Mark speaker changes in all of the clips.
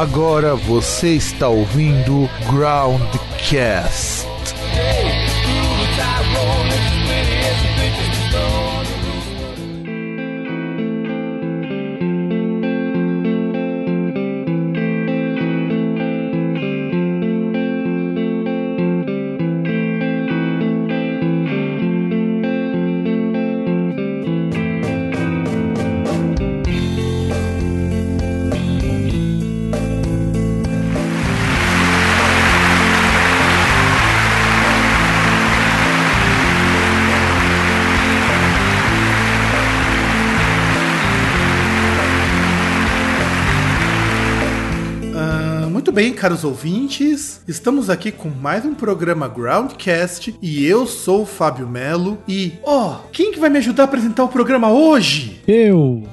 Speaker 1: Agora você está ouvindo Groundcast.
Speaker 2: Bem, caros ouvintes, estamos aqui com mais um programa Groundcast e eu sou o Fábio Melo e, quem que vai me ajudar a apresentar o programa hoje?
Speaker 3: Eu!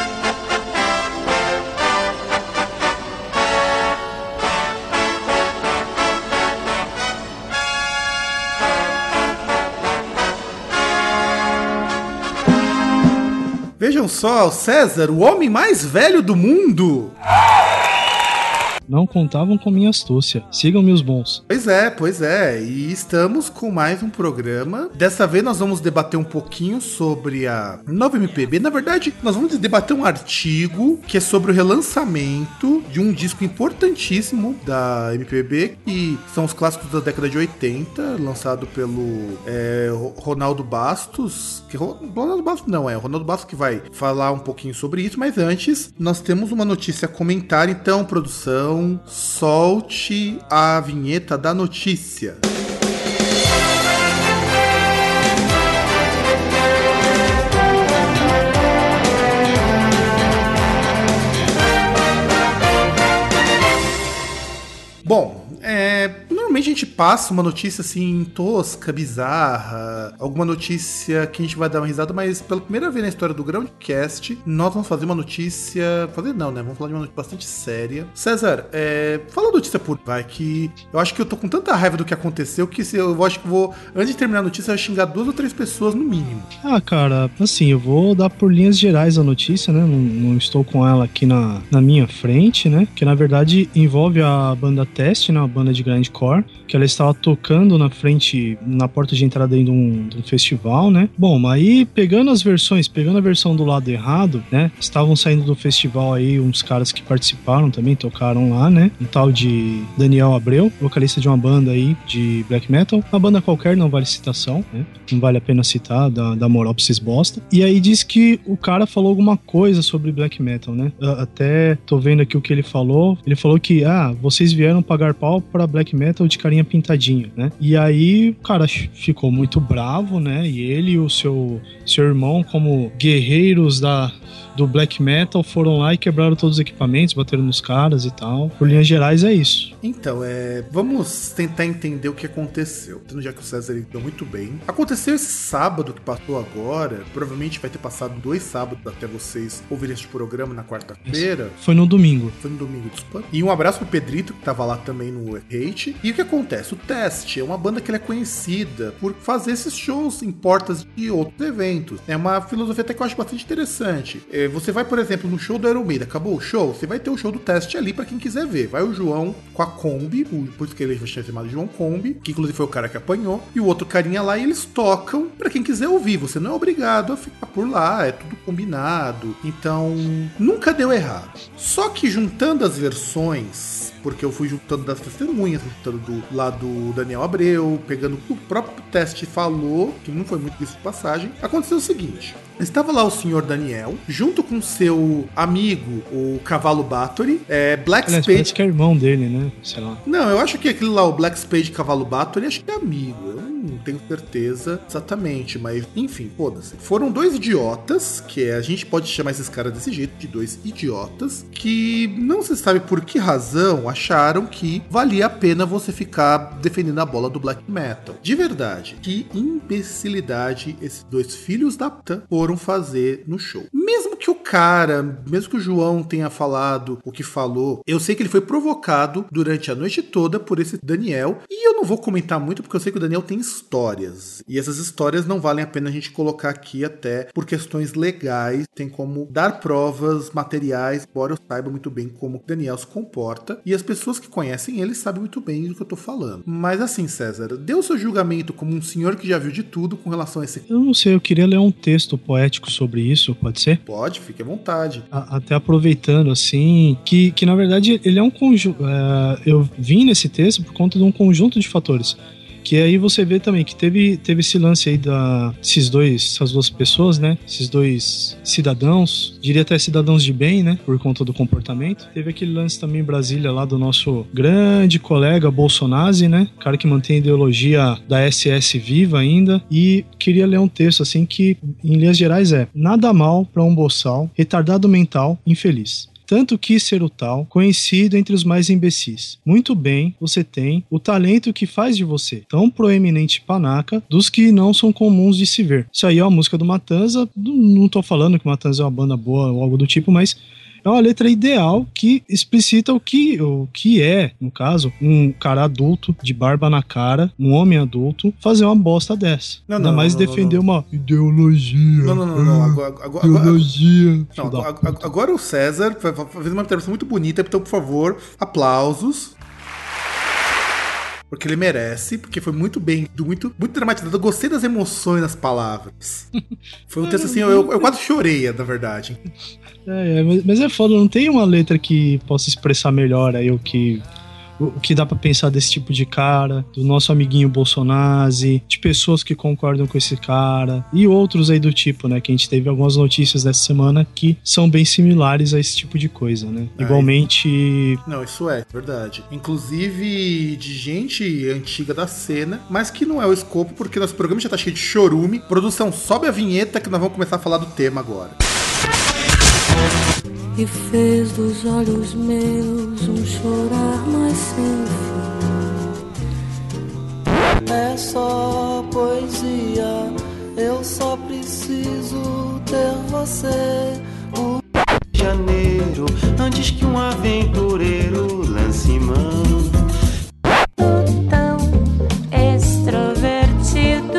Speaker 2: Vejam só, o César, o homem mais velho do mundo!
Speaker 3: Não contavam com minha astúcia. Sigam-me os bons.
Speaker 2: Pois é. E estamos com mais um programa. Dessa vez nós vamos debater um pouquinho sobre a nova MPB. Na verdade, nós vamos debater um artigo que é sobre o relançamento de um disco importantíssimo da MPB, que são os clássicos da década de 80, lançado pelo Ronaldo Bastos. Ronaldo Bastos que vai falar um pouquinho sobre isso, mas antes, nós temos uma notícia a comentar, então, produção, solte a vinheta da notícia. Bom, normalmente a gente passa uma notícia assim tosca, bizarra, alguma notícia que a gente vai dar uma risada, mas pela primeira vez na história do Groundcast, nós vamos fazer uma notícia... Vamos falar de uma notícia bastante séria. César, fala a notícia por vai, que eu acho que eu tô com tanta raiva do que aconteceu que eu acho que vou, antes de terminar a notícia, eu vou xingar 2 ou 3 pessoas no mínimo.
Speaker 3: Cara, assim, eu vou dar por linhas gerais a notícia, né? Não estou com ela aqui na minha frente, né? Que na verdade envolve a banda Teste, né? Uma banda de grindcore, que ela estava tocando na porta de entrada de um festival, né? Bom, aí pegando a versão do lado errado, né? Estavam saindo do festival aí uns caras que participaram também, tocaram lá, né? Um tal de Daniel Abreu, vocalista de uma banda aí de black metal, uma banda qualquer, não vale citação, né? Não vale a pena citar, da moral pra esses bosta. E aí diz que o cara falou alguma coisa sobre black metal, né? Até tô vendo aqui o que ele falou que, vocês vieram pagar pau pra black metal de carinha pintadinho, né? E aí o cara ficou muito bravo, né? E ele e o seu irmão, como guerreiros do black metal, foram lá e quebraram todos os equipamentos, bateram nos caras e tal. Por linhas gerais é isso.
Speaker 2: Então, vamos tentar entender o que aconteceu. Já que o César deu muito bem. Aconteceu esse sábado que passou agora. Provavelmente vai ter passado 2 sábados até vocês ouvirem este programa na quarta-feira.
Speaker 3: Foi no domingo.
Speaker 2: Desculpa. E um abraço pro Pedrito, que tava lá também no Hate. E o que acontece? O Teste é uma banda que ela é conhecida por fazer esses shows em portas de outros eventos. É uma filosofia até que eu acho bastante interessante. Você vai, por exemplo, no show do Iron Maiden, acabou o show, você vai ter o show do Teste ali pra quem quiser ver. Vai o João com a Kombi, por isso que ele tinha chamado João Kombi, que inclusive foi o cara que apanhou, e o outro carinha lá, e eles tocam pra quem quiser ouvir. Você não é obrigado a ficar por lá, é tudo combinado. Então, nunca deu errado. Só que juntando as versões, porque eu fui juntando das testemunhas, juntando do lado do Daniel Abreu, pegando o que o próprio Teste falou, que não foi muito isso de passagem, aconteceu o seguinte: estava lá o senhor Daniel, junto com seu amigo, o Cavalo Bathory, Black Spade...
Speaker 3: Parece que é irmão dele, né? Sei lá.
Speaker 2: Não, eu acho que aquele lá, o Black Spade Cavalo Bathory, acho que é amigo. Eu não tenho certeza exatamente, mas enfim, foda-se. Foram 2 idiotas, que a gente pode chamar esses caras desse jeito, de 2 idiotas, que não se sabe por que razão acharam que valia a pena você ficar defendendo a bola do black metal. De verdade, que imbecilidade esses 2 filhos da puta foram fazer no show. Mesmo que o cara, mesmo que o João tenha falado o que falou, eu sei que ele foi provocado durante a noite toda por esse Daniel, e eu não vou comentar muito porque eu sei que o Daniel tem histórias, e essas histórias não valem a pena a gente colocar aqui até por questões legais, tem como dar provas materiais, embora eu saiba muito bem como o Daniel se comporta, e as pessoas que conhecem ele sabem muito bem do que eu tô falando. Mas assim, César, dê o seu julgamento como um senhor que já viu de tudo com relação a esse...
Speaker 3: Eu não sei, eu queria ler um texto poético sobre isso, pode ser?
Speaker 2: Pode, fique à vontade.
Speaker 3: Até aproveitando, assim, que na verdade ele é um conjunto... eu vim nesse texto por conta de um conjunto de fatores. Que aí você vê também que teve esse lance aí essas duas pessoas, né? Esses dois cidadãos, diria até cidadãos de bem, né? Por conta do comportamento. Teve aquele lance também em Brasília lá do nosso grande colega Bolsonaro, né? Cara que mantém a ideologia da SS viva ainda. E queria ler um texto assim que, em linhas gerais, nada mal para um boçal, retardado mental, infeliz. Tanto quis ser o tal, conhecido entre os mais imbecis. Muito bem, você tem o talento que faz de você tão proeminente panaca dos que não são comuns de se ver. Isso aí é uma música do Matanza, não tô falando que o Matanza é uma banda boa ou algo do tipo, mas é uma letra ideal que explicita o que é, no caso, um cara adulto, de barba na cara, um homem adulto, fazer uma bosta dessa. Ainda mais defender uma ideologia. Ideologia.
Speaker 2: Agora o César fez uma intervenção muito bonita, então, por favor, aplausos. Porque ele merece, porque foi muito bem, muito dramatizado. Eu gostei das emoções nas palavras. Foi um texto assim, eu quase chorei, na verdade.
Speaker 3: Mas é foda, não tem uma letra que possa expressar melhor aí o que dá pra pensar desse tipo de cara, do nosso amiguinho Bolsonaro, de pessoas que concordam com esse cara e outros aí do tipo, né, que a gente teve algumas notícias dessa semana que são bem similares a esse tipo de coisa, né, igualmente...
Speaker 2: Não, isso é verdade. Inclusive de gente antiga da cena, mas que não é o escopo, porque nosso programa já tá cheio de chorume. Produção, sobe a vinheta que nós vamos começar a falar do tema agora.
Speaker 4: E fez dos olhos meus um chorar mais sem fim. É só poesia, eu só preciso ter você. O janeiro, antes que um aventureiro lance mão. Tão extrovertido.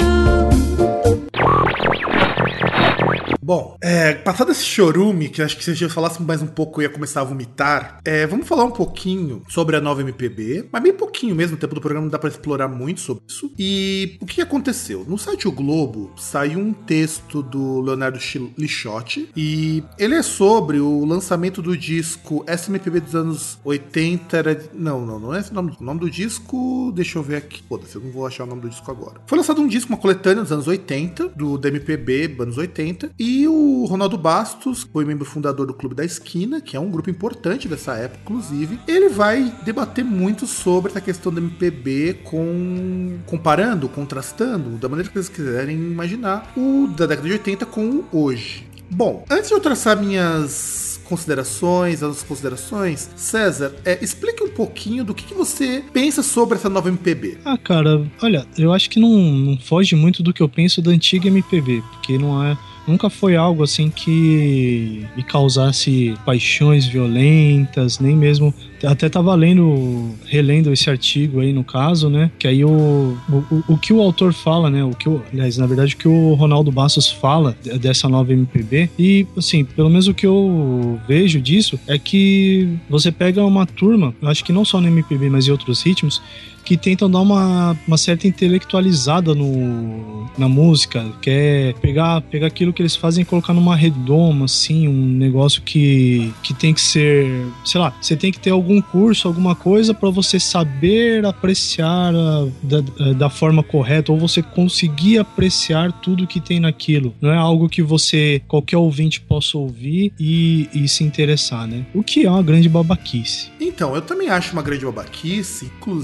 Speaker 2: Bom, passado esse chorume, que acho que se a gente falasse mais um pouco eu ia começar a vomitar, vamos falar um pouquinho sobre a nova MPB, mas bem pouquinho mesmo, o tempo do programa não dá pra explorar muito sobre isso. E o que aconteceu? No site O Globo saiu um texto do Leonardo Lixotti, e ele é sobre o lançamento do disco SMPB dos anos 80, não é esse o nome do disco, deixa eu ver aqui, foda-se, eu não vou achar o nome do disco agora. Foi lançado um disco, uma coletânea dos anos 80, da MPB, anos 80, e o Ronaldo Bastos, foi membro fundador do Clube da Esquina, que é um grupo importante dessa época, inclusive. Ele vai debater muito sobre essa questão da MPB comparando, contrastando, da maneira que vocês quiserem imaginar, o da década de 80 com o hoje. Bom, antes de eu traçar minhas considerações, César, explique um pouquinho do que você pensa sobre essa nova MPB.
Speaker 3: Cara, olha, eu acho que não foge muito do que eu penso da antiga MPB, porque nunca foi algo assim que me causasse paixões violentas, nem mesmo... Até tava relendo esse artigo aí no caso, né? Que aí o que o autor fala, né? Aliás, na verdade, o que o Ronaldo Bastos fala dessa nova MPB. E, assim, pelo menos o que eu vejo disso é que você pega uma turma, eu acho que não só no MPB, mas em outros ritmos, que tentam dar uma certa intelectualizada na música, que é pegar aquilo que eles fazem e colocar numa redoma, assim, um negócio que tem que ser, sei lá, você tem que ter algum curso, alguma coisa para você saber apreciar da forma correta, ou você conseguir apreciar tudo que tem naquilo. Não é algo que qualquer ouvinte possa ouvir e se interessar, né? O que é uma grande babaquice.
Speaker 2: Então, eu também acho uma grande babaquice, inclusive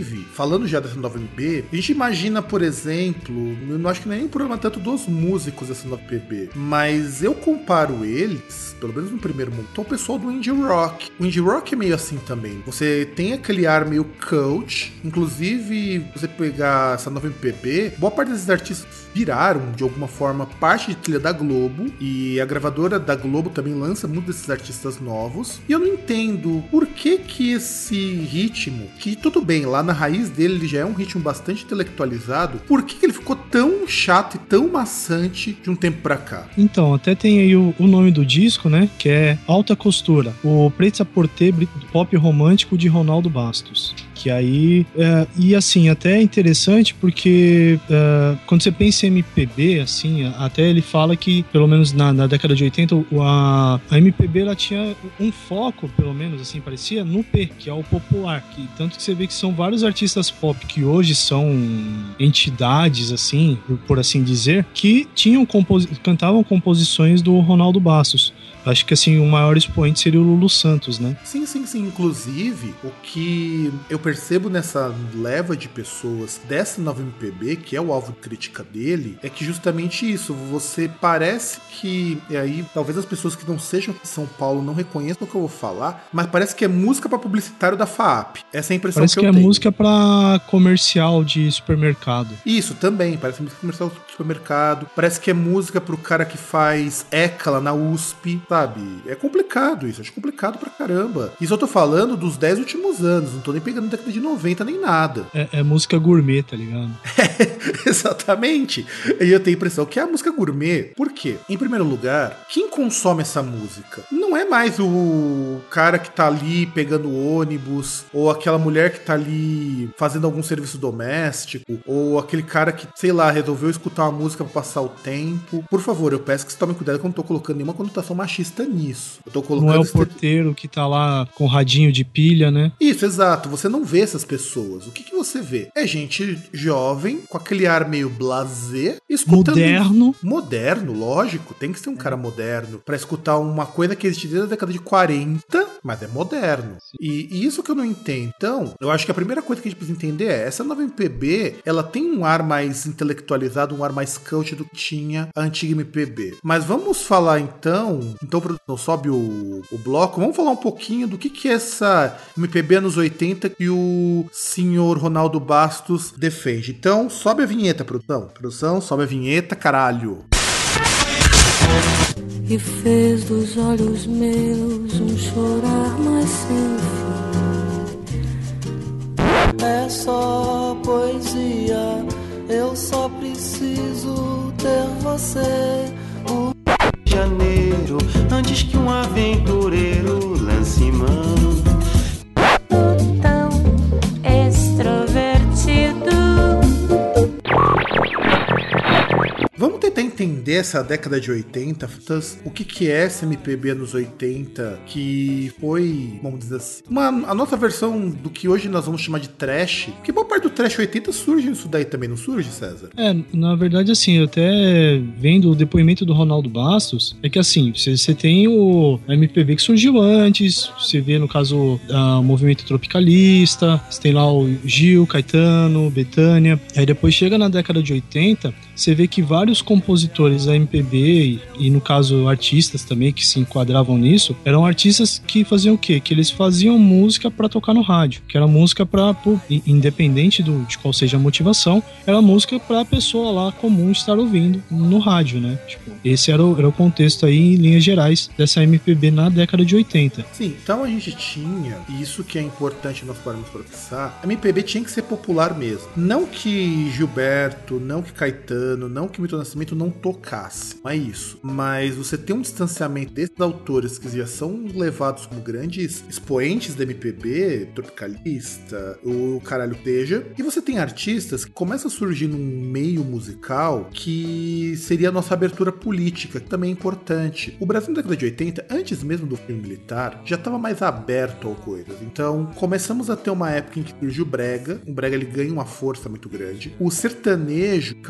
Speaker 2: Inclusive, falando já dessa nova MPB, a gente imagina, por exemplo, eu não acho que nem um problema tanto dos músicos dessa nova MPB, mas eu comparo eles, pelo menos no primeiro momento, ao pessoal do indie rock. O indie rock é meio assim também. Você tem aquele ar meio cult, inclusive, você pegar essa nova MPB, boa parte desses artistas viraram, de alguma forma, parte de trilha da Globo, e a gravadora da Globo também lança muitos desses artistas novos, e eu não entendo por que esse ritmo, que tudo bem, lá na raiz dele ele já é um ritmo bastante intelectualizado, por que ele ficou tão chato e tão maçante de um tempo pra cá?
Speaker 3: Então, até tem aí o nome do disco, né, que é Alta Costura, o Preta Porter pop romântico de Ronaldo Bastos. Que aí, e assim, até é interessante porque quando você pensa em MPB, assim, até ele fala que, pelo menos na década de 80, a MPB ela tinha um foco, pelo menos assim, parecia, no P, que é o popular. Tanto que você vê que são vários artistas pop que hoje são entidades, assim, por assim dizer, que cantavam composições do Ronaldo Bastos. Acho que assim, o maior expoente seria o Lulu Santos, né?
Speaker 2: Sim. Inclusive, o que eu percebo nessa leva de pessoas dessa nova MPB, que é o alvo de crítica dele, é que justamente isso, você parece que, e aí talvez as pessoas que não sejam de São Paulo não reconheçam o que eu vou falar, mas parece que é música para publicitário da FAAP. Essa é a impressão
Speaker 3: que eu tenho.
Speaker 2: Parece que
Speaker 3: é música para comercial de supermercado.
Speaker 2: Isso, também, parece música comercial de supermercado, parece que é música pro cara que faz ECA lá na USP, sabe? É complicado isso, acho complicado pra caramba. Isso eu tô falando dos 10 últimos anos, não tô nem pegando década de 90 nem nada.
Speaker 3: É música gourmet, tá ligado?
Speaker 2: Exatamente. E eu tenho a impressão que é a música gourmet. Por quê? Em primeiro lugar, quem consome essa música não é mais o cara que tá ali pegando ônibus, ou aquela mulher que tá ali fazendo algum serviço doméstico, ou aquele cara que, sei lá, resolveu escutar uma música pra passar o tempo. Por favor, eu peço que você tome cuidado que eu não tô colocando nenhuma conotação machista nisso. Eu tô colocando...
Speaker 3: Não é o porteiro que tá lá com radinho de pilha, né?
Speaker 2: Isso, exato. Você não vê essas pessoas. O que você vê? É gente jovem, com aquele ar meio blasé, escutando... Moderno, lógico. Tem que ser um cara moderno pra escutar uma coisa que existe desde a década de 40, mas é moderno. E isso que eu não entendo. Então, eu acho que a primeira coisa que a gente precisa entender é, essa nova MPB, ela tem um ar mais intelectualizado, um ar mais cult do que tinha a antiga MPB. Mas vamos falar então, produção, sobe o bloco, vamos falar um pouquinho do que é essa MPB anos 80 que o senhor Ronaldo Bastos defende. Então, sobe a vinheta, produção. Produção, sobe a vinheta, caralho.
Speaker 4: E fez dos olhos meus um chorar mais sem fim.
Speaker 5: É só poesia, eu só preciso ter você. O janeiro, antes que um aventureiro lance mão.
Speaker 6: Tão extrovertido.
Speaker 2: Vamos tentar entender essa década de 80, o que é essa MPB anos 80, que foi, vamos dizer assim, a nossa versão do que hoje nós vamos chamar de trash, porque boa parte do trash 80 surge nisso daí também, não surge, César?
Speaker 3: Na verdade, assim, até vendo o depoimento do Ronaldo Bastos, é que assim, você tem o MPB que surgiu antes, você vê, no caso, o movimento tropicalista, você tem lá o Gil, Caetano, Bethânia, aí depois chega na década de 80, você vê que vários compositores da MPB e no caso artistas também que se enquadravam nisso, eram artistas que faziam o quê? Que eles faziam música pra tocar no rádio, que era música independente de qual seja a motivação, era música pra pessoa lá comum estar ouvindo no rádio, né? Tipo, esse era o contexto aí em linhas gerais dessa MPB na década de 80.
Speaker 2: Sim, então a gente tinha, e isso que é importante nós pararmos pra pensar, a MPB tinha que ser popular mesmo. Não que Gilberto, não que Caetano, não que Milton Nascimento não tocasse, não é isso. Mas você tem um distanciamento desses autores que já são levados como grandes expoentes da MPB, tropicalista, o caralho seja, e você tem artistas que começam a surgir num meio musical que seria a nossa abertura política, que também é importante. O Brasil na década de 80, antes mesmo do filme militar, já estava mais aberto a coisas. Então, começamos a ter uma época em que surgiu o Brega ele ganha uma força muito grande. O sertanejo fica mais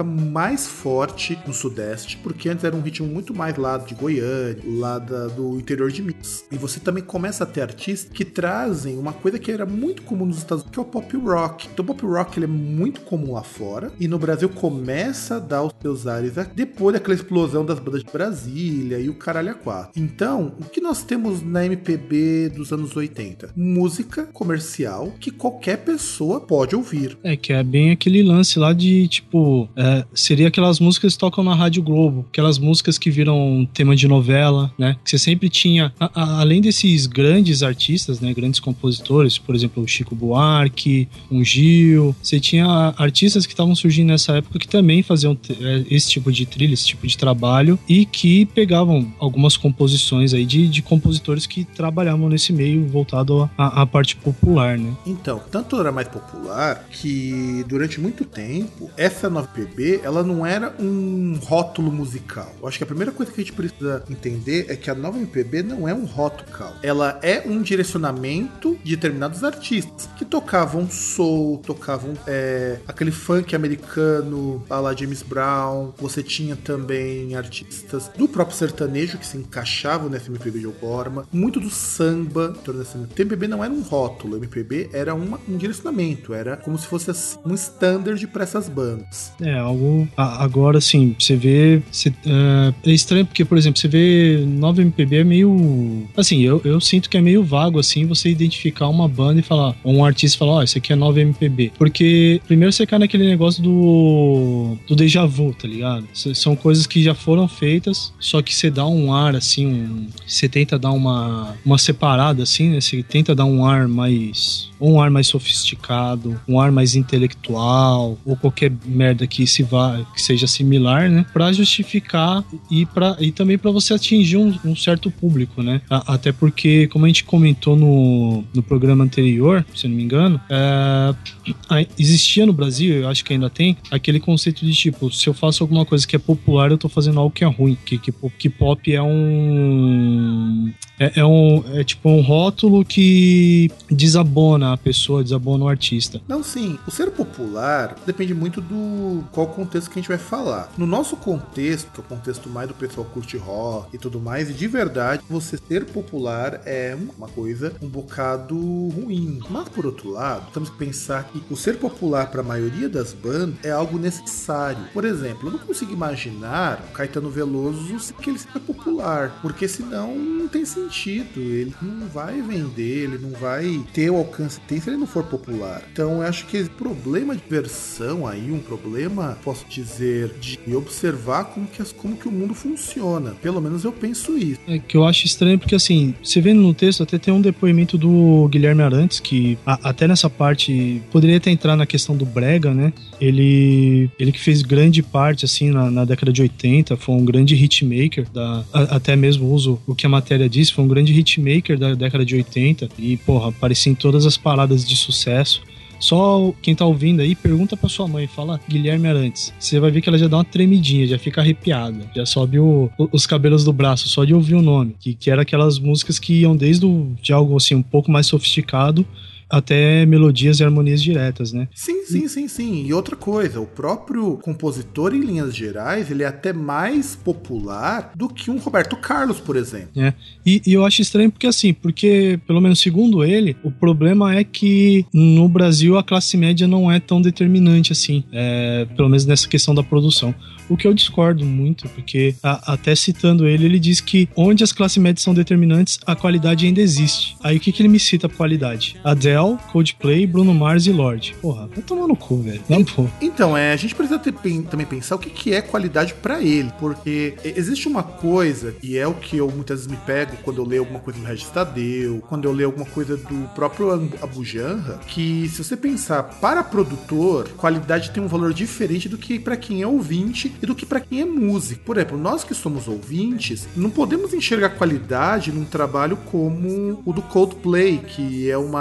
Speaker 2: mais forte no Sudeste, porque antes era um ritmo muito mais lá de Goiânia, lá do interior de Minas. E você também começa a ter artistas que trazem uma coisa que era muito comum nos Estados Unidos, que é o pop rock. Então o pop rock ele é muito comum lá fora, e no Brasil começa a dar os seus ares depois daquela explosão das bandas de Brasília e o caralho a quatro. Então, o que nós temos na MPB dos anos 80? Música comercial que qualquer pessoa pode ouvir.
Speaker 3: Que é bem aquele lance lá de, tipo, seria aquelas músicas que tocam na Rádio Globo, aquelas músicas que viram tema de novela, né? Que você sempre tinha, além desses grandes artistas, né? Grandes compositores, por exemplo, o Chico Buarque, o Gil, você tinha artistas que estavam surgindo nessa época que também faziam esse tipo de trilha, esse tipo de trabalho, e que pegavam algumas composições aí de compositores que trabalhavam nesse meio voltado à parte popular, né?
Speaker 2: Então, tanto era mais popular que durante muito tempo essa nova MPB, ela não era um rótulo musical. Eu acho que a primeira coisa que a gente precisa entender é que a nova MPB não é um rótulo musical. Ela é um direcionamento de determinados artistas que tocavam soul, tocavam aquele funk americano, a lá James Brown. Você tinha também artistas do próprio sertanejo que se encaixavam nessa MPB de alguma forma, muito do samba. Então, o MPB não era um rótulo, o MPB era um direcionamento, era como se fosse assim, um standard para essas bandas.
Speaker 3: Algo. Agora, assim, você vê. É estranho porque, por exemplo, você vê nova MPB é meio. Assim, eu sinto que é meio vago, assim, você identificar uma banda e falar, ou um artista e falar, isso aqui é nova MPB. Porque, primeiro você cai naquele negócio do déjà vu, tá ligado? São coisas que já foram feitas, só que você dá um ar, assim, você tenta dar uma separada, assim, né? Você tenta dar um ar mais sofisticado, um ar mais intelectual, ou qualquer merda que seja similar, né? Pra justificar e também pra você atingir um certo público, né? Até porque, como a gente comentou no programa anterior, se eu não me engano, existia no Brasil, eu acho que ainda tem, aquele conceito de tipo, se eu faço alguma coisa que é popular, eu tô fazendo algo que é ruim, que pop é tipo um rótulo que desabona a pessoa, desabona o artista.
Speaker 2: Não, sim. O ser popular depende muito do qual contexto que a gente vai falar. No nosso contexto, que é o contexto mais do pessoal curte rock e tudo mais, e de verdade, você ser popular é uma coisa um bocado ruim. Mas, por outro lado, temos que pensar que o ser popular para a maioria das bandas é algo necessário. Por exemplo, eu não consigo imaginar o Caetano Veloso sem que ele seja popular, porque senão não tem sentido. Ele não vai vender, ele não vai ter o alcance que tem se ele não for popular. Então eu acho que esse problema de versão aí, um problema, posso dizer, de observar como que o mundo funciona. Pelo menos eu penso isso.
Speaker 3: É que eu acho estranho porque, assim, você vendo no texto, até tem um depoimento do Guilherme Arantes, que até nessa parte poderia até entrar na questão do brega, né? Ele que fez grande parte, assim, na década de 80, foi um grande hitmaker, até mesmo uso o que a matéria disse, foi um grande hitmaker da década de 80 e, porra, aparecia em todas as paradas de sucesso. Só quem tá ouvindo aí, pergunta pra sua mãe, fala Guilherme Arantes. Você vai ver que ela já dá uma tremidinha, já fica arrepiada, já sobe os cabelos do braço só de ouvir o nome. Que era aquelas músicas que iam desde de algo assim um pouco mais sofisticado até melodias e harmonias diretas, né?
Speaker 2: Sim. E outra coisa, o próprio compositor, em linhas gerais, ele é até mais popular do que um Roberto Carlos, por exemplo.
Speaker 3: E eu acho estranho porque, pelo menos segundo ele, o problema é que no Brasil a classe média não é tão determinante assim, pelo menos nessa questão da produção. O que eu discordo muito, porque até citando ele diz que onde as classes médias são determinantes, a qualidade ainda existe. Aí o que ele me cita pra qualidade? Adele, Coldplay, Bruno Mars e Lorde. Porra, vai tomar no cu, velho.
Speaker 2: Então, a gente precisa também pensar o que é qualidade pra ele, porque existe uma coisa, e é o que eu muitas vezes me pego quando eu leio alguma coisa do Regis Tadeu, quando eu leio alguma coisa do próprio Abu Janra, que se você pensar para produtor, qualidade tem um valor diferente do que pra quem é ouvinte e do que para quem é músico. Por exemplo, nós que somos ouvintes, não podemos enxergar qualidade num trabalho como o do Coldplay, que é uma replicação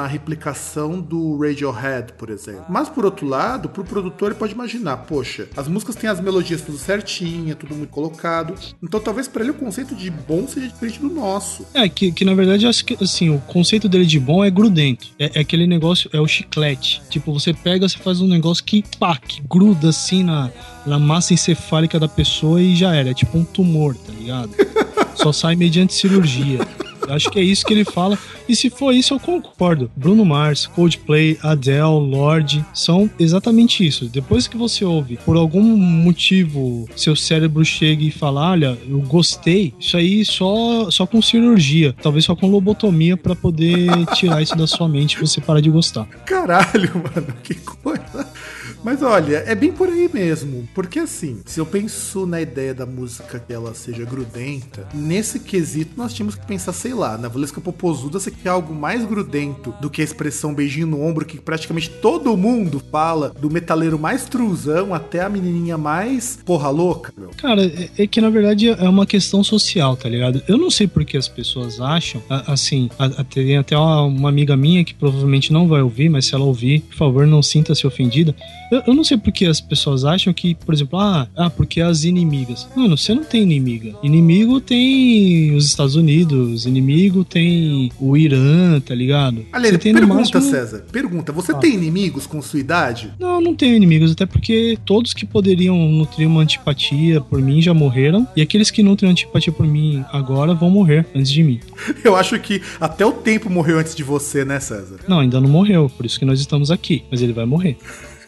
Speaker 2: sofisticação do Radiohead, por exemplo. Mas, por outro lado, pro produtor ele pode imaginar, poxa, as músicas têm as melodias tudo certinho, tudo muito colocado. Então, talvez pra ele o conceito de bom seja diferente do nosso.
Speaker 3: Que na verdade, eu acho que, assim, o conceito dele de bom é grudento. É aquele negócio, é o chiclete. Tipo, você pega, você faz um negócio que gruda assim na massa encefálica da pessoa e já era. É tipo um tumor, tá ligado? Só sai mediante cirurgia. Eu acho que é isso que ele fala. E se for isso, eu concordo. Bruno Mars, Coldplay, Adele, Lorde são exatamente isso. Depois que você ouve, por algum motivo, seu cérebro chega e fala, olha, eu gostei, isso aí só com cirurgia. Talvez só com lobotomia pra poder tirar isso da sua mente e você parar de gostar.
Speaker 2: Caralho, mano, que coisa. Mas olha, é bem por aí mesmo. Porque assim, se eu penso na ideia da música que ela seja grudenta, nesse quesito nós tínhamos que pensar, sei lá, na Valesca Popozuda você quer algo mais grudento do que a expressão beijinho no ombro, que praticamente todo mundo fala, do metaleiro mais truzão até a menininha mais porra louca, meu.
Speaker 3: Cara, é que na verdade é uma questão social, tá ligado? Eu não sei por que as pessoas acham, assim, tem até uma amiga minha que provavelmente não vai ouvir, mas se ela ouvir, por favor, não sinta-se ofendida. Eu não sei por que as pessoas acham que, por exemplo, porque as inimigas. Mano, você não tem inimiga. Inimigo tem os Estados Unidos, inimigo tem o Irã, tá ligado?
Speaker 2: Aliás,
Speaker 3: tem
Speaker 2: pergunta,
Speaker 3: máximo...
Speaker 2: César, você tem inimigos com sua idade?
Speaker 3: Não tenho inimigos, até porque todos que poderiam nutrir uma antipatia por mim já morreram, e aqueles que nutrem antipatia por mim agora vão morrer antes de mim.
Speaker 2: Eu acho que até o tempo morreu antes de você, né, César?
Speaker 3: Não, ainda não morreu, por isso que nós estamos aqui, mas ele vai morrer.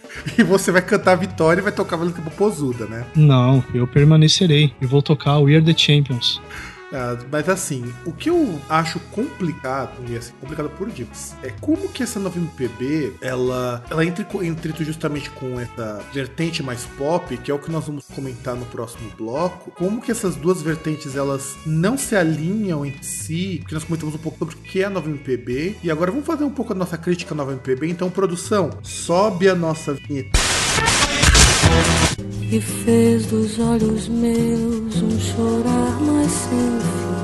Speaker 2: E você vai cantar a vitória e vai tocar a Valesca Popozuda, né?
Speaker 3: Não, eu permanecerei e vou tocar We Are The Champions.
Speaker 2: Mas assim, o que eu acho complicado, e assim, complicado por demais, é como que essa nova MPB, ela entra justamente com essa vertente mais pop, que é o que nós vamos comentar no próximo bloco, como que essas duas vertentes, elas não se alinham entre si, porque nós comentamos um pouco sobre o que é a nova MPB, e agora vamos fazer um pouco a nossa crítica à nova MPB. Então, produção, sobe a nossa vinheta.
Speaker 4: E fez dos olhos meus um chorar mais sem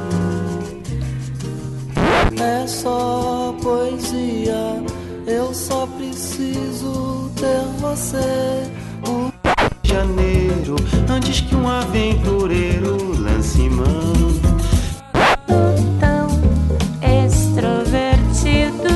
Speaker 4: fim.
Speaker 5: É só poesia, eu só preciso ter você. O janeiro, antes que um aventureiro lance mão.
Speaker 6: Tão extrovertido.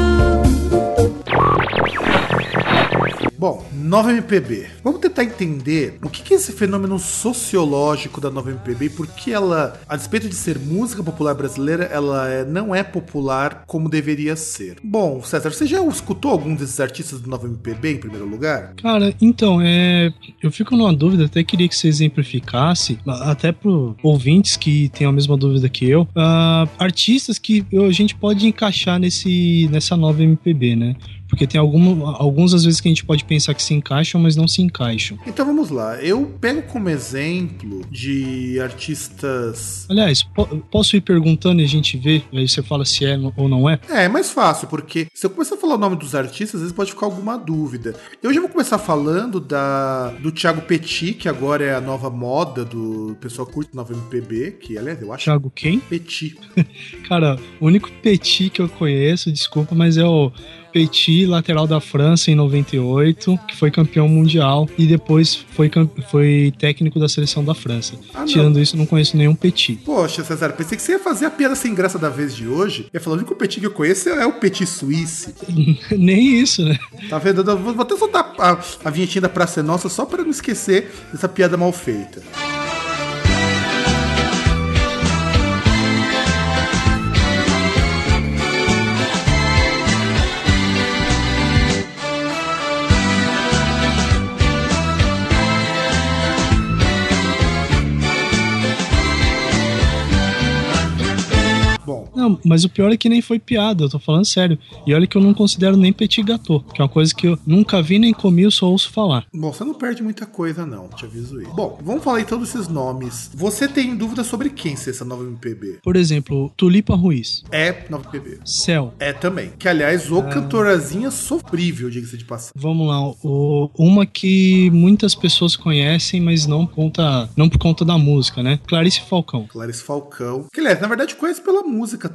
Speaker 2: Bom, nova MPB. Vamos tentar entender o que é esse fenômeno sociológico da nova MPB e por que ela, a despeito de ser música popular brasileira, ela não é popular como deveria ser. Bom, César, você já escutou algum desses artistas da nova MPB em primeiro lugar?
Speaker 3: Cara, então, eu fico numa dúvida, até queria que você exemplificasse, até para ouvintes que têm a mesma dúvida que eu, artistas que a gente pode encaixar nessa nova MPB, né? Porque tem alguns, às vezes, que a gente pode pensar que se encaixam, mas não se encaixam.
Speaker 2: Então vamos lá. Eu pego como exemplo de artistas...
Speaker 3: Aliás, posso ir perguntando e a gente vê? Aí você fala se é ou não é?
Speaker 2: É mais fácil, porque se eu começar a falar o nome dos artistas, às vezes pode ficar alguma dúvida. Eu já vou começar falando do Thiago Petit, que agora é a nova moda do pessoal que curte nova MPB, que, aliás, eu acho...
Speaker 3: Thiago quem?
Speaker 2: Petit.
Speaker 3: Cara, o único Petit que eu conheço, desculpa, mas é o Petit, lateral da França em 98, que foi campeão mundial e depois foi técnico da seleção da França. Tirando isso, não conheço nenhum Petit.
Speaker 2: Poxa, César, pensei que você ia fazer a piada sem graça da vez de hoje. Eu ia falar, o único Petit que eu conheço é o Petit Suisse.
Speaker 3: Nem isso, né?
Speaker 2: Tá vendo? Eu vou até soltar a vinhetinha da Praça é Nossa só para não esquecer dessa piada mal feita.
Speaker 3: Não, mas o pior é que nem foi piada, eu tô falando sério. E olha que eu não considero nem petit gâteau, que é uma coisa que eu nunca vi nem comi, eu só ouço falar.
Speaker 2: Bom, você não perde muita coisa não, te aviso aí. Bom, vamos falar então desses nomes. Você tem dúvida sobre quem ser essa nova MPB?
Speaker 3: Por exemplo, Tulipa Ruiz.
Speaker 2: É nova MPB.
Speaker 3: Céu.
Speaker 2: É também. Que aliás, cantorazinha sofrível, diga-se de passagem.
Speaker 3: Vamos lá, uma que muitas pessoas conhecem, mas não por conta da música, né? Clarice Falcão.
Speaker 2: Clarice Falcão. Que aliás, na verdade, conhece pela música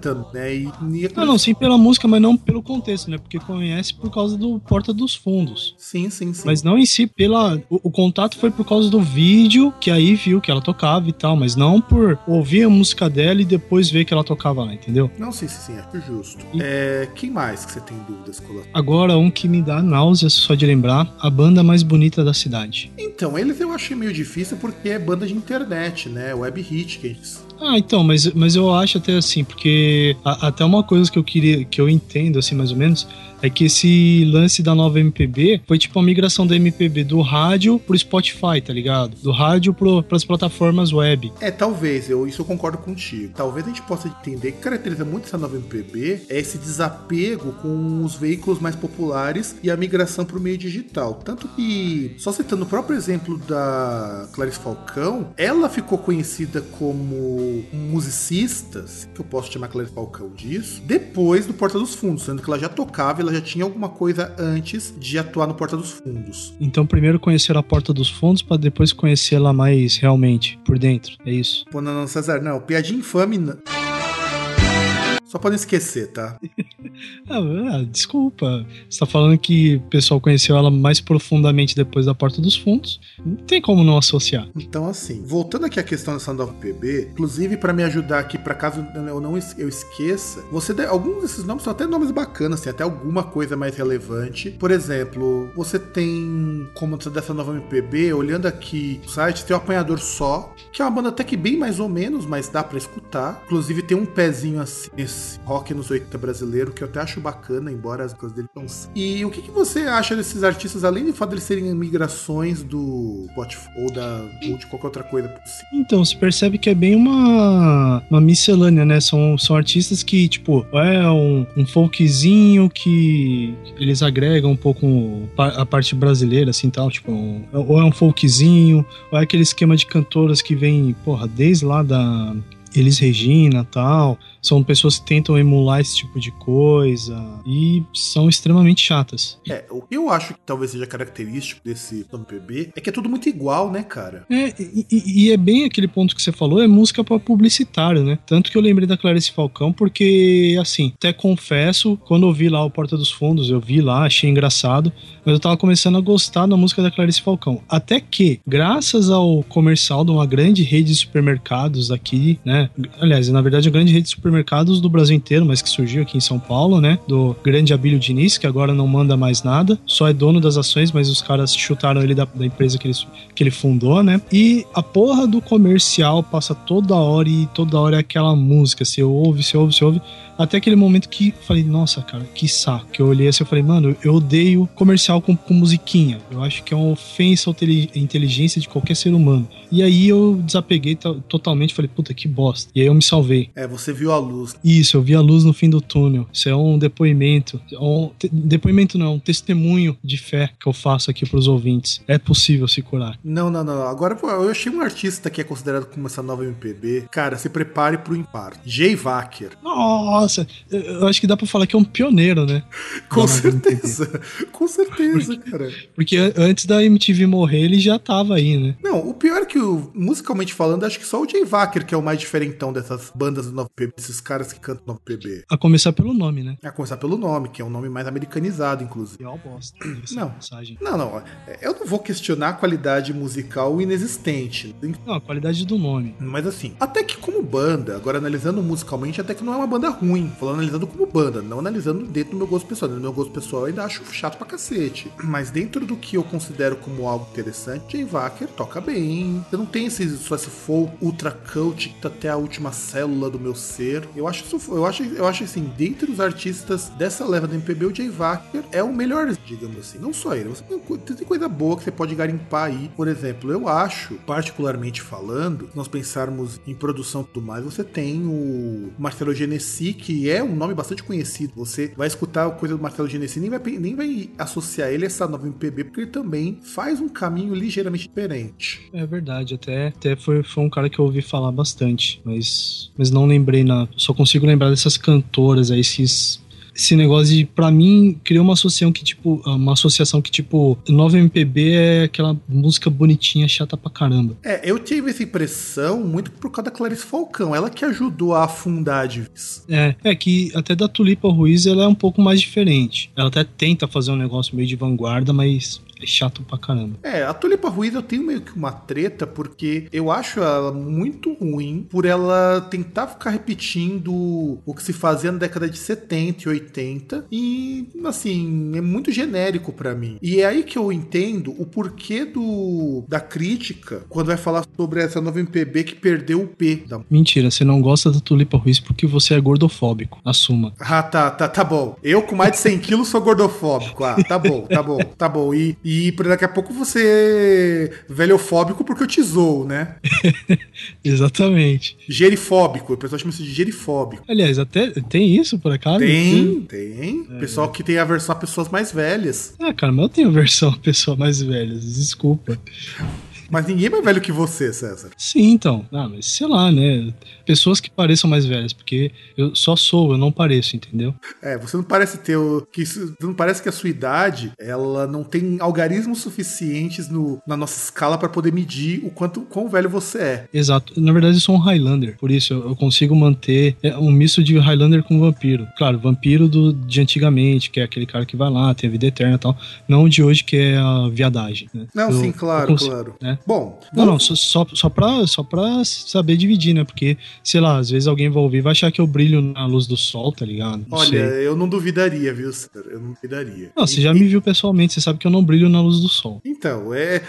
Speaker 2: cantando, né?
Speaker 3: Não, sim pela música, mas não pelo contexto, né? Porque conhece por causa do Porta dos Fundos.
Speaker 2: Sim.
Speaker 3: Mas não em si pela... O contato foi por causa do vídeo, que aí viu que ela tocava e tal, mas não por ouvir a música dela e depois ver que ela tocava lá, entendeu?
Speaker 2: Não, sim, acho justo. Quem mais que você tem dúvidas, Cola?
Speaker 3: Agora, um que me dá náuseas só de lembrar, a banda mais bonita da cidade.
Speaker 2: Então, eles eu achei meio difícil porque é banda de internet, né? Web hit, que eles...
Speaker 3: Então, mas eu acho até assim, porque até uma coisa que eu entendo, assim, mais ou menos, é que esse lance da nova MPB foi tipo a migração da MPB do rádio pro Spotify, tá ligado? Do rádio pras plataformas web.
Speaker 2: Talvez, isso eu concordo contigo. Talvez a gente possa entender que caracteriza muito essa nova MPB é esse desapego com os veículos mais populares e a migração pro meio digital. Tanto que, só citando o próprio exemplo da Clarice Falcão, ela ficou conhecida como musicista, que eu posso chamar Clarice Falcão disso, depois do Porta dos Fundos, sendo que ela já tocava, ela já tinha alguma coisa antes de atuar no Porta dos Fundos.
Speaker 3: Então primeiro conhecer a Porta dos Fundos pra depois conhecê-la mais realmente, por dentro, é isso?
Speaker 2: Pô, não, César, não, piadinha infame... Só pra não esquecer, tá?
Speaker 3: Desculpa. Você tá falando que o pessoal conheceu ela mais profundamente depois da Porta dos Fundos. Não tem como não associar.
Speaker 2: Então, assim, voltando aqui à questão dessa nova MPB, inclusive pra me ajudar aqui, pra caso eu esqueça, alguns desses nomes são até nomes bacanas, tem até alguma coisa mais relevante. Por exemplo, você tem, como dessa nova MPB, olhando aqui o site, tem o Apanhador Só, que é uma banda até que bem mais ou menos, mas dá pra escutar. Inclusive tem um pezinho assim, esse rock nos 80 brasileiro, que eu até acho bacana, embora as coisas dele não são. E o que você acha desses artistas, além do fato de eles serem migrações do Spotify ou de qualquer outra coisa possível?
Speaker 3: Então, se percebe que é bem uma miscelânea, né? São artistas que, tipo, é um folkzinho que eles agregam um pouco a parte brasileira, assim, tal, tipo, ou é um folkzinho, ou é aquele esquema de cantoras que vem, desde lá da Elis Regina, tal. São pessoas que tentam emular esse tipo de coisa e são extremamente chatas.
Speaker 2: O que eu acho que talvez seja característico desse MPB é que é tudo muito igual, né, cara?
Speaker 3: E é bem aquele ponto que você falou, é música pra publicitário, né? Tanto que eu lembrei da Clarice Falcão porque, assim, até confesso, quando eu vi lá o Porta dos Fundos, eu vi lá, achei engraçado, mas eu tava começando a gostar da música da Clarice Falcão. Até que, graças ao comercial de uma grande rede de supermercados aqui, né? Aliás, na verdade, a grande rede de supermercados do Brasil inteiro, mas que surgiu aqui em São Paulo, né? Do grande Abílio Diniz, que agora não manda mais nada, só é dono das ações, mas os caras chutaram ele da empresa que ele fundou, né? E a porra do comercial passa toda hora e toda hora é aquela música, você ouve, até aquele momento que eu falei, nossa, cara, que saco. Que eu olhei assim e falei, mano, eu odeio comercial com musiquinha. Eu acho que é uma ofensa à inteligência de qualquer ser humano. E aí eu desapeguei totalmente, falei, puta, que bosta. E aí eu me salvei.
Speaker 2: Você viu a luz.
Speaker 3: Isso, eu vi a luz no fim do túnel. Isso é um depoimento. Depoimento não, um testemunho de fé que eu faço aqui pros ouvintes. É possível se curar.
Speaker 2: Não. Agora, eu achei um artista que é considerado como essa nova MPB. Cara, se prepare pro impar. Jay Wacker.
Speaker 3: Nossa, eu acho que dá pra falar que é um pioneiro, né?
Speaker 2: Com certeza, cara.
Speaker 3: Porque antes da MTV morrer, ele já tava aí, né?
Speaker 2: Não, o pior é que, musicalmente falando, acho que só o Jay Wacker que é o mais diferentão dessas bandas do Nova PB, esses caras que cantam Nova PB.
Speaker 3: A começar pelo nome, né?
Speaker 2: A começar pelo nome, que é um nome mais americanizado, inclusive.
Speaker 3: É uma bosta.
Speaker 2: Não, eu não vou questionar a qualidade musical inexistente.
Speaker 3: Não, a qualidade do nome.
Speaker 2: Mas assim, até que como banda, agora analisando musicalmente, até que não é uma banda ruim. Falando analisando como banda, não analisando dentro do meu gosto pessoal. No meu gosto pessoal eu ainda acho chato pra cacete. Mas dentro do que eu considero como algo interessante, Jay Wacker toca bem. Eu não tenho esse folk ultra cult que tá até a última célula do meu ser. Eu acho assim, dentre os artistas dessa leva da MPB, o Jay Wacker é o melhor, digamos assim. Não só ele, você tem coisa boa que você pode garimpar aí. Por exemplo, eu acho, particularmente falando, se nós pensarmos em produção e tudo mais, você tem o Marcelo Genesi, que é um nome bastante conhecido. Você vai escutar a coisa do Marcelo Genesi, nem vai associar ele a essa nova MPB, porque ele também faz um caminho ligeiramente diferente.
Speaker 3: É verdade, até foi um cara que eu ouvi falar bastante, mas não lembrei só consigo lembrar dessas cantoras aí, esses esse negócio de, pra mim, criou uma associação que, tipo, nova MPB é aquela música bonitinha, chata pra caramba.
Speaker 2: Eu tive essa impressão muito por causa da Clarice Falcão, ela que ajudou a afundar de vez.
Speaker 3: É que até da Tulipa Ruiz ela é um pouco mais diferente. Ela até tenta fazer um negócio meio de vanguarda, mas é chato pra caramba.
Speaker 2: A Tulipa Ruiz eu tenho meio que uma treta, porque eu acho ela muito ruim por ela tentar ficar repetindo o que se fazia na década de 70 e 80 e, assim, é muito genérico pra mim. E é aí que eu entendo o porquê da crítica quando vai falar sobre essa nova MPB que perdeu o P.
Speaker 3: Mentira, você não gosta da Tulipa Ruiz porque você é gordofóbico. Assuma.
Speaker 2: Tá bom. Eu com mais de 100 quilos sou gordofóbico. Tá bom. E daqui a pouco você é velhofóbico porque eu te zoo, né?
Speaker 3: Exatamente.
Speaker 2: Gerifóbico. O pessoal chama isso de gerifóbico.
Speaker 3: Aliás, até tem isso por acaso?
Speaker 2: Tem. Pessoal que tem aversão a pessoas mais velhas.
Speaker 3: Cara, mas eu tenho aversão a pessoas mais velhas. Desculpa.
Speaker 2: Mas ninguém é mais velho que você, César.
Speaker 3: Sim, então. Mas sei lá, né? Pessoas que pareçam mais velhas, porque eu só sou, eu não pareço, entendeu?
Speaker 2: Você não parece não parece que a sua idade, ela não tem algarismos suficientes na nossa escala pra poder medir quão velho você é.
Speaker 3: Exato. Na verdade, eu sou um Highlander, por isso eu consigo manter um misto de Highlander com vampiro. Claro, vampiro de antigamente, que é aquele cara que vai lá, tem a vida eterna e tal. Não de hoje, que é a viadagem, né?
Speaker 2: Não, sim, claro.
Speaker 3: Né?
Speaker 2: Bom.
Speaker 3: Não, só pra saber dividir, né? Porque, sei lá, às vezes alguém vai ouvir e vai achar que eu brilho na luz do sol, tá ligado?
Speaker 2: Olha, eu não duvidaria, viu, César? Eu não duvidaria.
Speaker 3: Não, você já me viu pessoalmente, você sabe que eu não brilho na luz do sol.
Speaker 2: Então,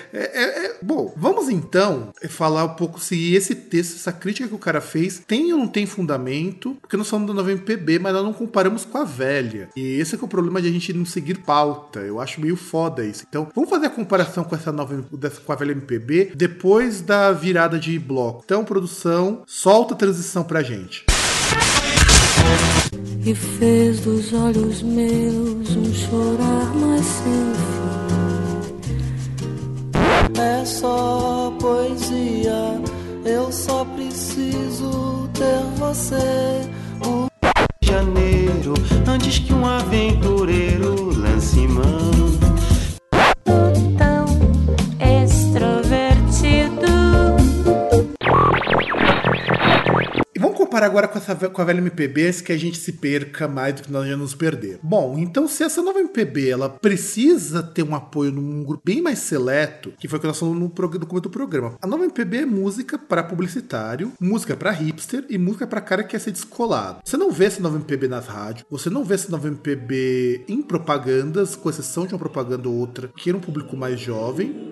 Speaker 2: bom, vamos então falar um pouco se esse texto, essa crítica que o cara fez, tem ou não tem fundamento, porque nós falamos da nova MPB, mas nós não comparamos com a velha. E esse é que é o problema de a gente não seguir pauta. Eu acho meio foda isso. Então, vamos fazer a comparação com com a velha MPB depois da virada de bloco. Então, produção, solta a transição pra gente.
Speaker 4: E fez dos olhos meus um chorar mais sem fim.
Speaker 5: É só poesia, eu só preciso ter você. O janeiro, antes que um aventureiro lance mão.
Speaker 2: Comparar agora com a velha MPB, que a gente se perca mais do que nós já nos perder. Bom, então se essa nova MPB ela precisa ter um apoio num grupo bem mais seleto, que foi o que nós falamos no começo do programa. A nova MPB é música para publicitário, música para hipster e música para cara que quer ser descolado. Você não vê essa nova MPB nas rádios, você não vê essa nova MPB em propagandas, com exceção de uma propaganda ou outra, que era um público mais jovem.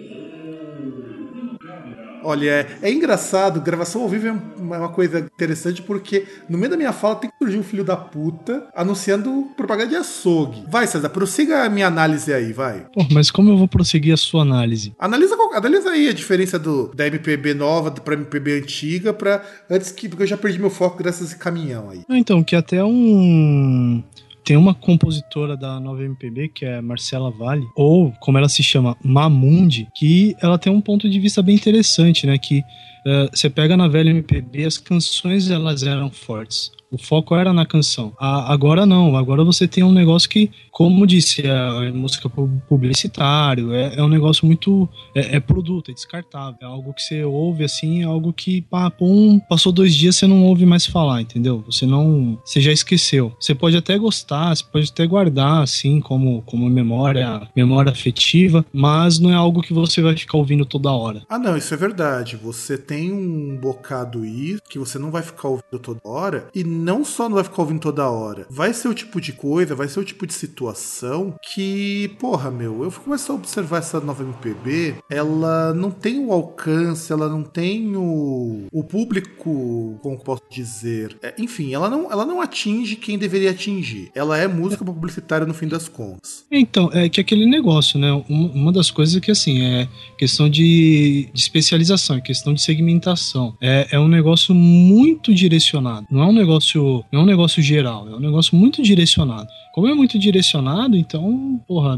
Speaker 2: Olha, é engraçado, gravação ao vivo é uma coisa interessante porque no meio da minha fala tem que surgir um filho da puta anunciando propaganda de açougue. Vai, César, prossiga a minha análise aí, vai.
Speaker 3: Pô, mas como eu vou prosseguir a sua análise?
Speaker 2: Analisa aí a diferença da MPB nova pra MPB antiga porque eu já perdi meu foco graças a esse caminhão aí.
Speaker 3: Então, que até tem uma compositora da nova MPB, que é Marcela Valle, ou como ela se chama, Mamundi, que ela tem um ponto de vista bem interessante, né? Que você pega na velha MPB, as canções elas eram fortes. O foco era na canção. Agora não. Agora você tem um negócio que, como disse, é música publicitário, é um negócio muito... É produto, é descartável. É algo que você ouve, assim, é algo que, passou 2 dias, você não ouve mais falar, entendeu? Você já esqueceu. Você pode até gostar, você pode até guardar, assim, como memória afetiva, mas não é algo que você vai ficar ouvindo toda hora.
Speaker 2: Ah, não, isso é verdade. Você tem um bocado aí que você não vai ficar ouvindo toda hora, e não só não vai ficar ouvindo toda hora, vai ser o tipo de coisa, vai ser o tipo de situação que, eu começo a observar essa nova MPB, ela não tem o alcance, ela não tem o público, como posso dizer, enfim, ela não atinge quem deveria atingir. Ela é música publicitária no fim das contas.
Speaker 3: Então, é que aquele negócio, né, uma das coisas é que, assim, é questão de especialização, é questão de segmentação, é um negócio muito direcionado, não é um negócio geral, é um negócio muito direcionado. como é muito direcionado, então, porra,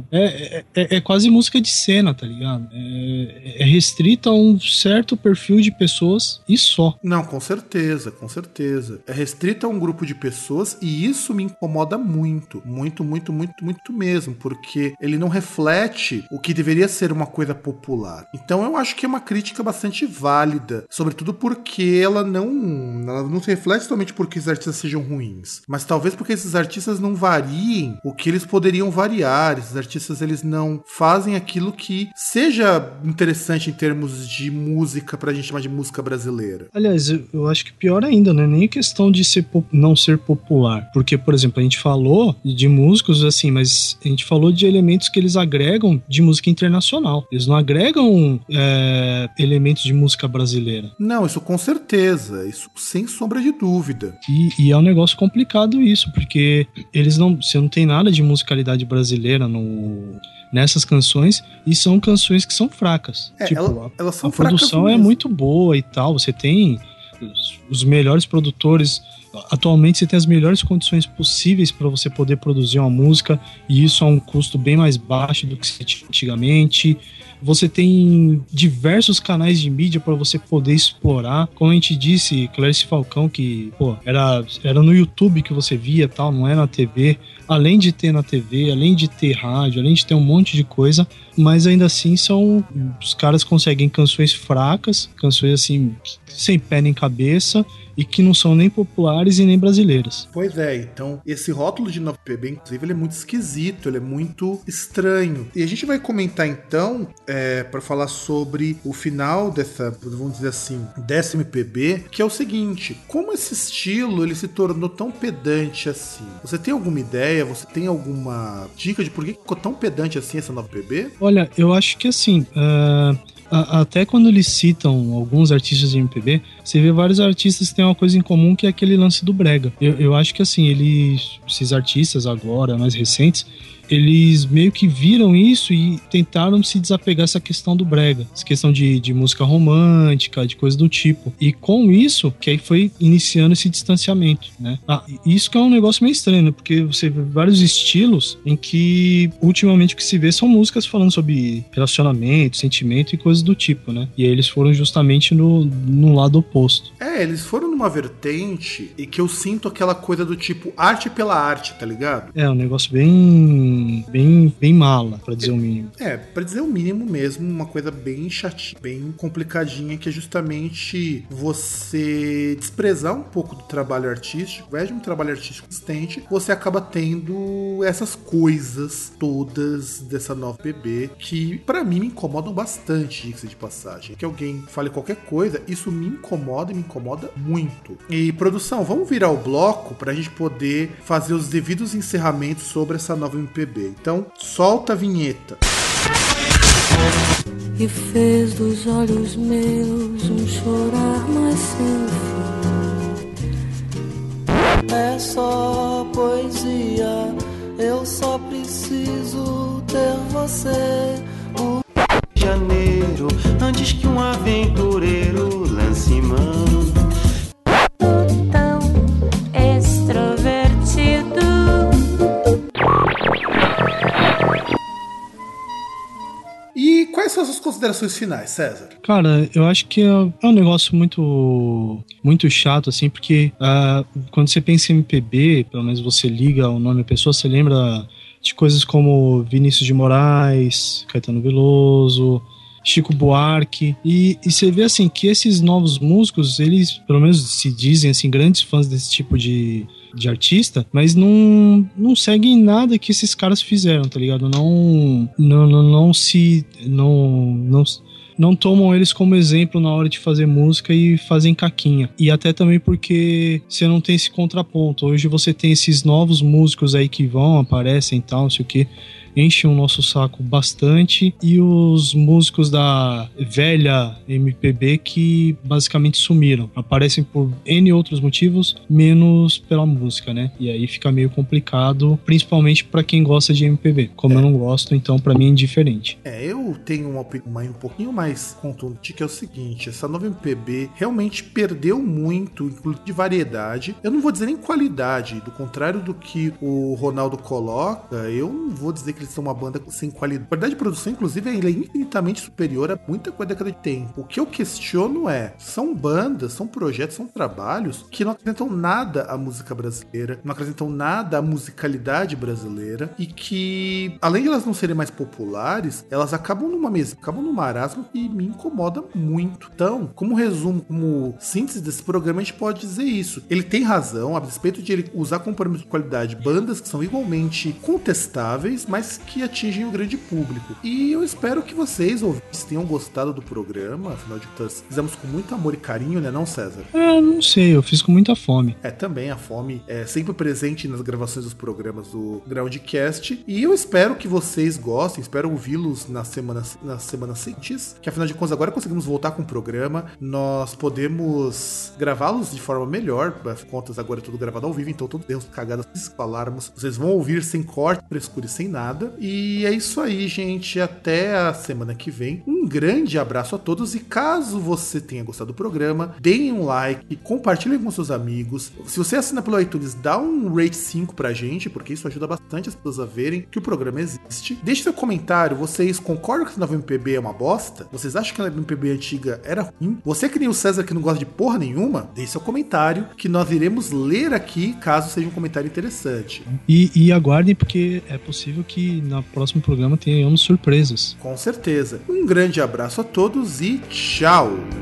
Speaker 3: é quase música de cena, tá ligado? É restrito a um certo perfil de pessoas e só.
Speaker 2: Não, com certeza, com certeza. É restrito a um grupo de pessoas e isso me incomoda muito. Muito, muito, muito, muito mesmo, porque ele não reflete o que deveria ser uma coisa popular. Então eu acho que é uma crítica bastante válida, sobretudo porque ela não se reflete somente porque os artistas sejam ruins, mas talvez porque esses artistas não variem o que eles poderiam variar. Esses artistas, eles não fazem aquilo que seja interessante em termos de música, pra gente chamar de música brasileira.
Speaker 3: Aliás, eu acho que pior ainda, né? Nem questão de não ser popular. Porque, por exemplo, a gente falou de músicos, assim, mas a gente falou de elementos que eles agregam de música internacional. Eles não agregam elementos de música brasileira.
Speaker 2: Não, isso com certeza. Isso sem sombra de dúvida.
Speaker 3: E é um negócio complicado isso, porque você não tem nada de musicalidade brasileira nessas canções, e são canções que são fracas.
Speaker 2: Elas são
Speaker 3: a produção
Speaker 2: fracas
Speaker 3: é muito boa e tal, você tem os melhores produtores. Atualmente você tem as melhores condições possíveis para você poder produzir uma música, e isso a um custo bem mais baixo do que se tinha antigamente. Você tem diversos canais de mídia para você poder explorar. Como a gente disse, Clarice Falcão, que era no YouTube que você via, tal, não é na TV. Além de ter na TV, além de ter rádio, além de ter um monte de coisa, mas ainda assim os caras conseguem canções fracas, canções assim sem pé nem cabeça, e que não são nem populares e nem brasileiras.
Speaker 2: Pois é, então esse rótulo de 9PB, inclusive, ele é muito esquisito, ele é muito estranho. E a gente vai comentar então, para falar sobre o final dessa, vamos dizer assim, 10MPB, que é o seguinte: como esse estilo ele se tornou tão pedante assim? Você tem alguma ideia? Você tem alguma dica de por que ficou tão pedante assim essa 9PB?
Speaker 3: Olha, eu acho que assim, até quando eles citam alguns artistas de MPB, você vê vários artistas que têm uma coisa em comum, que é aquele lance do brega. Eu acho que assim, esses artistas agora, mais recentes, eles meio que viram isso e tentaram se desapegar dessa questão do brega, essa questão de música romântica, de coisa do tipo. E com isso, que aí foi iniciando esse distanciamento, né? Isso que é um negócio meio estranho, né? Porque você vê vários estilos em que ultimamente o que se vê são músicas falando sobre relacionamento, sentimento e coisas do tipo, né? E aí eles foram justamente no lado oposto.
Speaker 2: Eles foram numa vertente e que eu sinto aquela coisa do tipo arte pela arte, tá ligado?
Speaker 3: É um negócio bem mala, pra dizer o mínimo.
Speaker 2: Pra dizer o mínimo mesmo, uma coisa bem chatinha, bem complicadinha, que é justamente você desprezar um pouco do trabalho artístico. Ao invés de um trabalho artístico consistente, você acaba tendo essas coisas todas dessa 9PB que pra mim me incomodam bastante, diga-se de passagem. Que alguém fale qualquer coisa, isso me incomoda e me incomoda muito. E produção, vamos virar o bloco pra gente poder fazer os devidos encerramentos sobre essa nova MPB. Então, solta a vinheta.
Speaker 4: E fez dos olhos meus um chorar mais sem fim.
Speaker 5: É só poesia, eu só preciso ter você. O janeiro, antes que um aventureiro lance mão.
Speaker 6: Tão extrovertido.
Speaker 2: E quais são as suas considerações finais, César?
Speaker 3: Cara, eu acho que é um negócio muito, muito chato, assim, porque quando você pensa em MPB, pelo menos você liga o nome da pessoa, você lembra de coisas como Vinícius de Moraes, Caetano Veloso, Chico Buarque, e você vê assim que esses novos músicos, eles pelo menos se dizem assim grandes fãs desse tipo de artista, mas não seguem nada que esses caras fizeram, tá ligado? Não tomam eles como exemplo na hora de fazer música e fazem caquinha. E até também porque você não tem esse contraponto. Hoje você tem esses novos músicos aí que aparecem e tal, não sei o quê. enchem o nosso saco bastante, e os músicos da velha MPB que basicamente sumiram, aparecem por N outros motivos, menos pela música, né? E aí fica meio complicado, principalmente pra quem gosta de MPB. Como eu não gosto, então pra mim é indiferente.
Speaker 2: Eu tenho uma opinião um pouquinho mais contundente, que é o seguinte: essa nova MPB realmente perdeu muito, inclusive de variedade. Eu não vou dizer nem qualidade, do contrário do que o Ronaldo coloca, eu não vou dizer que eles são uma banda sem qualidade. A qualidade de produção, inclusive, é infinitamente superior a muita coisa da década de tempo. O que eu questiono são bandas, são projetos, são trabalhos que não acrescentam nada à música brasileira, não acrescentam nada à musicalidade brasileira, e que, além de elas não serem mais populares, elas acabam numa mesa, acabam num marasmo que me incomoda muito. Então, como resumo, como síntese desse programa, a gente pode dizer isso. Ele tem razão, a respeito de ele usar como parâmetro de qualidade bandas que são igualmente contestáveis, mas que atingem o grande público. E eu espero que vocês, ouvintes, tenham gostado do programa. Afinal de contas, fizemos com muito amor e carinho, né, não, César?
Speaker 3: Não sei, eu fiz com muita fome.
Speaker 2: Também a fome é sempre presente nas gravações dos programas do Groundcast. E eu espero que vocês gostem, espero ouvi-los nas semanas seguintes, que afinal de contas agora conseguimos voltar com o programa. Nós podemos gravá-los de forma melhor, afinal de contas agora é tudo gravado ao vivo, então todos os erros, cagadas, se falarmos, vocês vão ouvir sem corte, frescura e sem nada. E é isso aí, gente, até a semana que vem. Um grande abraço a todos, e caso você tenha gostado do programa, deem um like, compartilhem com seus amigos. Se você assina pelo iTunes, dá um rate 5 pra gente, porque isso ajuda bastante as pessoas a verem que o programa existe. Deixe seu comentário, vocês concordam que essa nova MPB é uma bosta? Vocês acham que a MPB antiga era ruim? Você que nem o César, que não gosta de porra nenhuma, deixe seu comentário, que nós iremos ler aqui, caso seja um comentário interessante.
Speaker 3: E aguardem, porque é possível que no próximo programa tenhamos surpresas.
Speaker 2: Com certeza. Um grande abraço a todos e tchau!